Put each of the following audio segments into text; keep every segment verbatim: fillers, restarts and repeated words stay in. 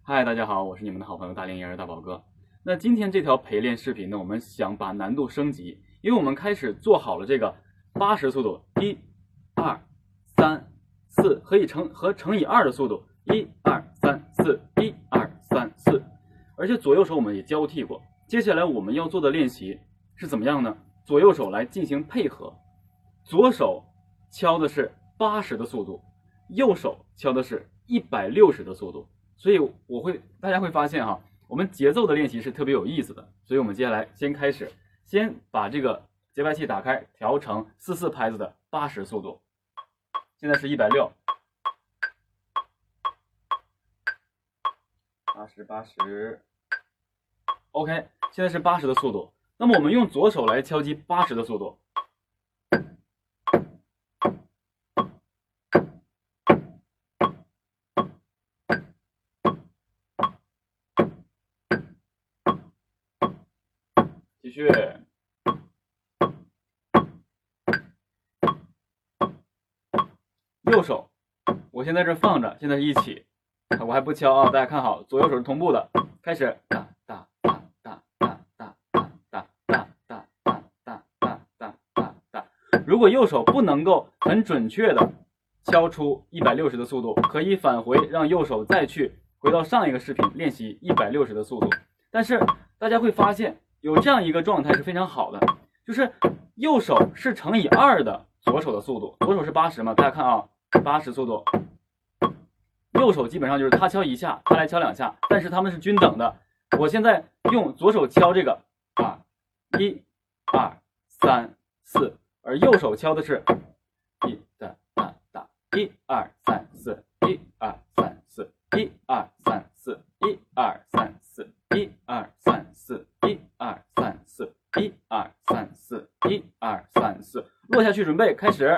嗨，大家好，我是你们的好朋友大连婴儿大宝哥。那今天这条陪练视频呢，我们想把难度升级，因为我们开始做好了这个八十速度，一、二、三、四，可以乘和乘以二的速度，一、二、三、四，一、二、三、四，而且左右手我们也交替过。接下来我们要做的练习是怎么样呢？左右手来进行配合，左手敲的是八十的速度，右手敲的是一百六十的速度。所以我会，大家会发现哈，我们节奏的练习是特别有意思的。所以我们接下来先开始，先把这个节拍器打开，调成四四拍子的八十速度。现在是一百六，八十八十 ，OK， 现在是八十的速度。那么我们用左手来敲击八十的速度。继续，右手，我先在这放着，现在是一起，我还不敲啊，大家看好，左右手是同步的，开始，哒哒哒哒哒哒哒哒哒哒哒哒哒哒哒哒。如果右手不能够很准确的敲出一百六十的速度，可以返回，让右手再去回到上一个视频练习一百六十的速度。但是大家会发现，有这样一个状态是非常好的，就是右手是乘以二的左手的速度，左手是八十嘛，大家看啊，八十速度，右手基本上就是他敲一下，他来敲两下，但是他们是均等的。我现在用左手敲这个啊，一、二、三、四，而右手敲的是一哒哒哒，一二三四，一二三四，一二三四，一二三四，一二三四，一二三四，一二三四，一二三四，落下去，准备开始。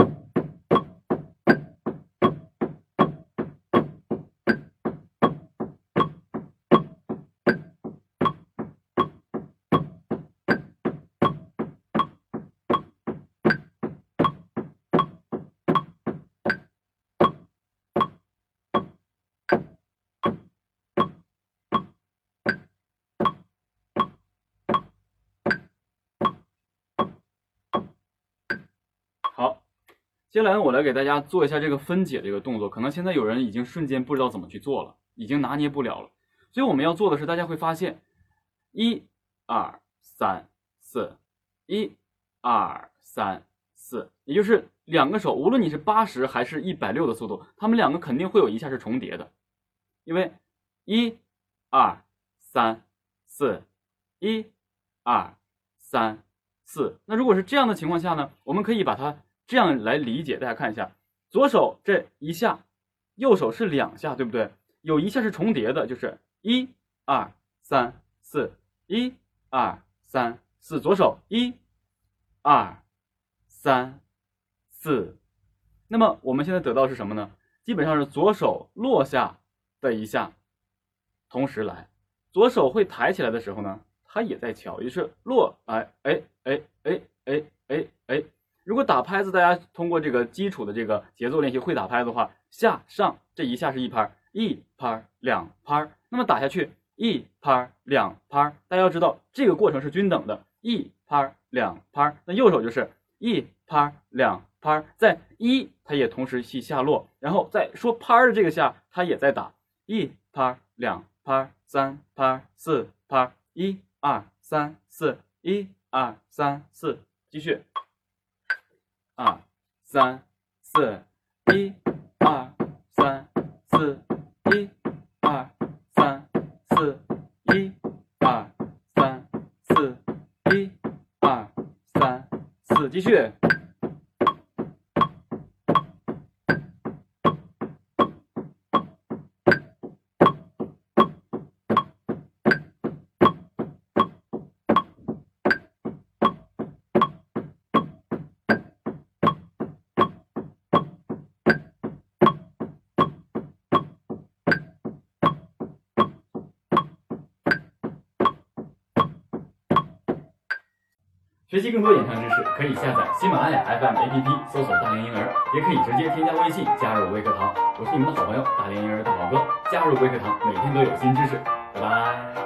好，接下来我来给大家做一下这个分解这个动作，可能现在有人已经瞬间不知道怎么去做了，已经拿捏不了了。所以我们要做的是，大家会发现，一、二、三、四，一、二、三、四，也就是两个手，无论你是八十还是一百六的速度，他们两个肯定会有一下是重叠的，因为一、二、三、四，一、二、三、四。那如果是这样的情况下呢，我们可以把它这样来理解，大家看一下，左手这一下，右手是两下，对不对？有一下是重叠的，就是一、二、三、四，一、二、三、四，左手一、二、三、四。那么我们现在得到是什么呢？基本上是左手落下的一下，同时来，左手会抬起来的时候呢，它也在敲，也就是落，哎哎哎哎哎哎哎。如果打拍子，大家通过这个基础的这个节奏练习会打拍子的话，下上这一下是一拍，一拍两拍，那么打下去一拍两拍，大家要知道这个过程是均等的，一拍两拍，那右手就是一拍两拍，在一它也同时系下落，然后在说拍的这个下，它也在打一拍两拍三拍四拍，一二三四，一二三四，继续。二三四，一二三四，一二三四，一二三四，一二三四，继续。 学习更多演唱知识，可以下载喜马拉雅 F M A P P， 搜索大连婴儿，也可以直接添加微信加入微课堂。我是你们的好朋友大连婴儿大宝哥，加入微课堂，每天都有新知识。拜拜。